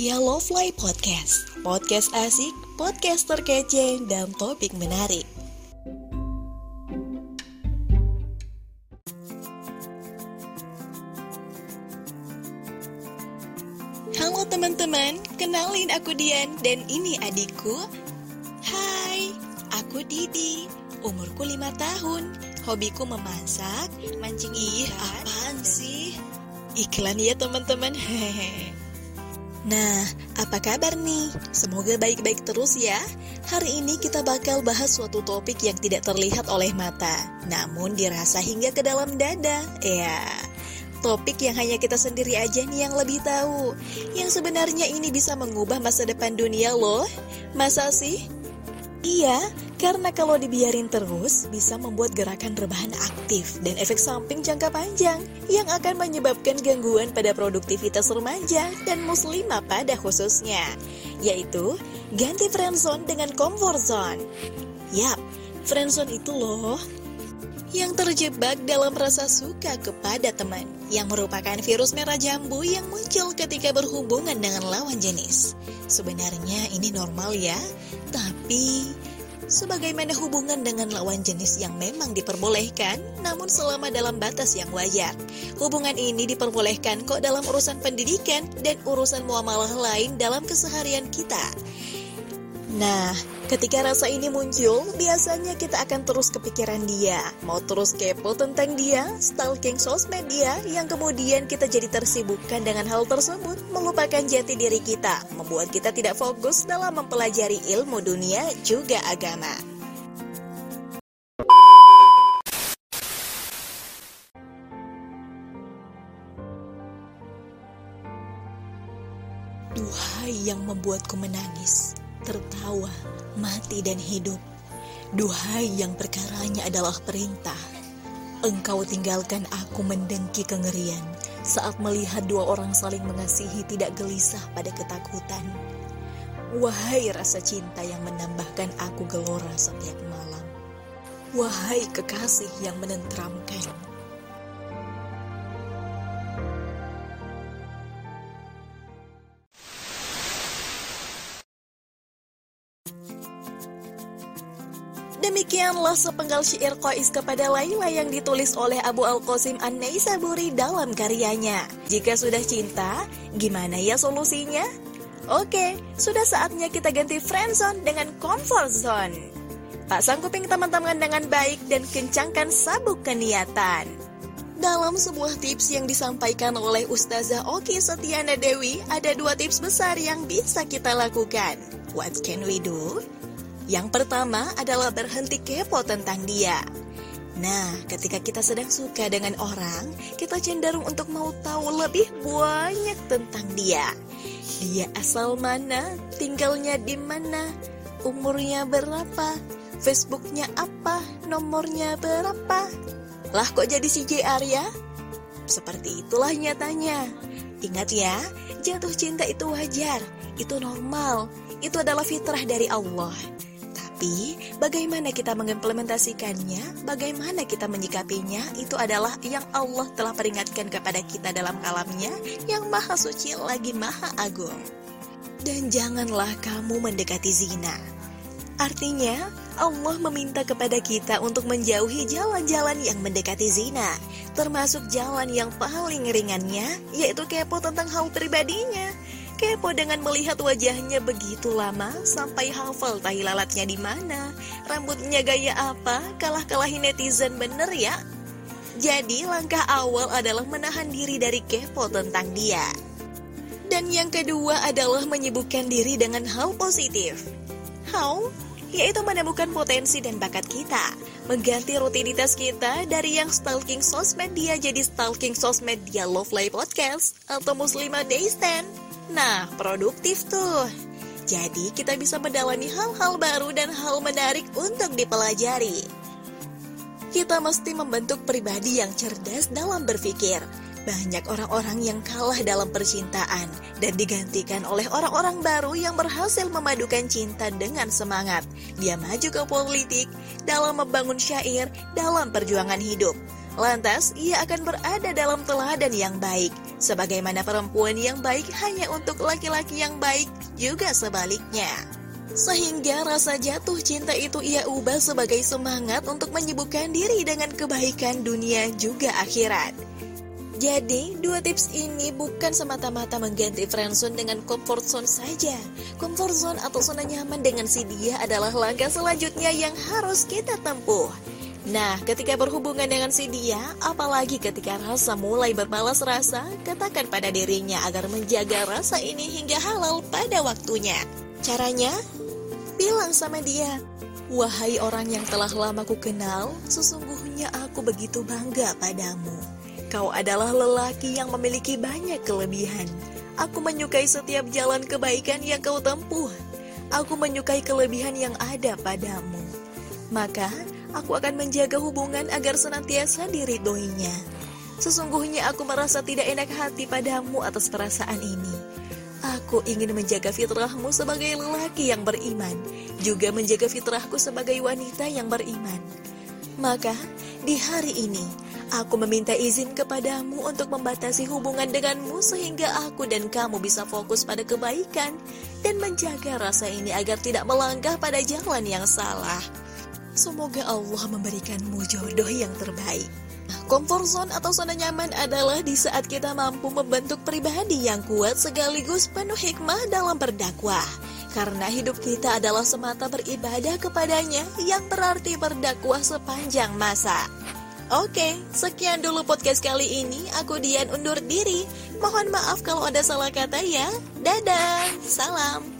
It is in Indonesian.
Dia Lovely Podcast. Podcast asik, podcast terkece, dan topik menarik. Halo teman-teman, kenalin aku Dian dan ini adikku. Hai, aku Didi, umurku 5 tahun, hobiku memasak, mancing ikan. Apaan sih? Iklan ya teman-teman, hehehe. Nah, apa kabar nih? Semoga baik-baik terus ya. Hari ini kita bakal bahas suatu topik yang tidak terlihat oleh mata, namun dirasa hingga ke dalam dada. Ya, topik yang hanya kita sendiri aja nih yang lebih tahu. Yang sebenarnya ini bisa mengubah masa depan dunia loh. Masa sih? Iya, karena kalau dibiarin terus bisa membuat gerakan rebahan aktif dan efek samping jangka panjang yang akan menyebabkan gangguan pada produktivitas remaja dan muslimah pada khususnya, yaitu ganti friendzone dengan comfort zone. Yap, friendzone itu loh yang terjebak dalam rasa suka kepada teman, yang merupakan virus merah jambu yang muncul ketika berhubungan dengan lawan jenis. Sebenarnya ini normal ya, tapi sebagaimana hubungan dengan lawan jenis yang memang diperbolehkan, namun selama dalam batas yang wajar. Hubungan ini diperbolehkan kok dalam urusan pendidikan dan urusan muamalah lain dalam keseharian kita. Nah, ketika rasa ini muncul, biasanya kita akan terus kepikiran dia, mau terus kepo tentang dia, stalking sosmed dia, yang kemudian kita jadi tersibukkan dengan hal tersebut, melupakan jati diri kita, membuat kita tidak fokus dalam mempelajari ilmu dunia juga agama. Duhai yang membuatku menangis, tertawa, mati dan hidup. Duhai yang perkaranya adalah perintah. Engkau tinggalkan aku mendengki kengerian saat melihat dua orang saling mengasihi tidak gelisah pada ketakutan. Wahai rasa cinta yang menambahkan aku gelora setiap malam. Wahai kekasih yang menenteramkan. Demikianlah sepenggal syair Qais kepada Laila yang ditulis oleh Abu Al-Qasim An-Naisaburi dalam karyanya. Jika sudah cinta, gimana ya solusinya? Oke, sudah saatnya kita ganti friendzone dengan comfort zone. Pasang kuping teman-teman dengan baik dan kencangkan sabuk keniatan. Dalam sebuah tips yang disampaikan oleh Ustazah Oki Setiana Dewi, ada 2 tips besar yang bisa kita lakukan. What can we do? Yang pertama adalah berhenti kepo tentang dia. Nah, ketika kita sedang suka dengan orang, kita cenderung untuk mau tahu lebih banyak tentang dia. Dia asal mana, tinggalnya di mana, umurnya berapa, Facebooknya apa, nomornya berapa. Lah kok jadi si JR ya? Seperti itulah nyatanya. Ingat ya, jatuh cinta itu wajar, itu normal, itu adalah fitrah dari Allah. Tapi, bagaimana kita mengimplementasikannya, bagaimana kita menyikapinya, itu adalah yang Allah telah peringatkan kepada kita dalam kalamnya, yang maha suci lagi maha agung. Dan janganlah kamu mendekati zina. Artinya, Allah meminta kepada kita untuk menjauhi jalan-jalan yang mendekati zina, termasuk jalan yang paling ringannya, yaitu kepo tentang hal pribadinya. Kepo dengan melihat wajahnya begitu lama sampai hafal tahi lalatnya di mana, rambutnya gaya apa, kalah-kalahin netizen bener ya. Jadi langkah awal adalah menahan diri dari kepo tentang dia. Dan yang kedua adalah menyibukkan diri dengan hal positif. How? Yaitu menemukan potensi dan bakat kita, mengganti rutinitas kita dari yang stalking sosmed dia jadi stalking sosmed dia Lovely Podcast atau Muslimah Day Stand. Nah, produktif tuh. Jadi kita bisa mendalami hal-hal baru dan hal menarik untuk dipelajari. Kita mesti membentuk pribadi yang cerdas dalam berpikir. Banyak orang-orang yang kalah dalam percintaan dan digantikan oleh orang-orang baru yang berhasil memadukan cinta dengan semangat. Dia maju ke politik, dalam membangun syair, dalam perjuangan hidup. Lantas, ia akan berada dalam teladan yang baik. Sebagaimana perempuan yang baik hanya untuk laki-laki yang baik, juga sebaliknya. Sehingga rasa jatuh cinta itu ia ubah sebagai semangat untuk menyibukkan diri dengan kebaikan dunia juga akhirat. Jadi, dua tips ini bukan semata-mata mengganti friendzone dengan comfort zone saja. Comfort zone atau zona nyaman dengan si dia adalah langkah selanjutnya yang harus kita tempuh. Nah, ketika berhubungan dengan si dia, apalagi ketika rasa mulai berbalas rasa, katakan pada dirinya agar menjaga rasa ini hingga halal pada waktunya. Caranya? Bilang sama dia, "Wahai orang yang telah lama ku kenal, sesungguhnya aku begitu bangga padamu. Kau adalah lelaki yang memiliki banyak kelebihan. Aku menyukai setiap jalan kebaikan yang kau tempuh. Aku menyukai kelebihan yang ada padamu. Maka, aku akan menjaga hubungan agar senantiasa diridhoinya. Sesungguhnya aku merasa tidak enak hati padamu atas perasaan ini. Aku ingin menjaga fitrahmu sebagai lelaki yang beriman, juga menjaga fitrahku sebagai wanita yang beriman. Maka, di hari ini, aku meminta izin kepadamu untuk membatasi hubungan denganmu sehingga aku dan kamu bisa fokus pada kebaikan dan menjaga rasa ini agar tidak melangkah pada jalan yang salah. Semoga Allah memberikanmu jodoh yang terbaik." Comfort zone atau zona nyaman adalah di saat kita mampu membentuk pribadi yang kuat sekaligus penuh hikmah dalam berdakwah. Karena hidup kita adalah semata beribadah kepadanya yang berarti berdakwah sepanjang masa. Oke, sekian dulu podcast kali ini. Aku Dian undur diri. Mohon maaf kalau ada salah kata ya. Dadah, salam.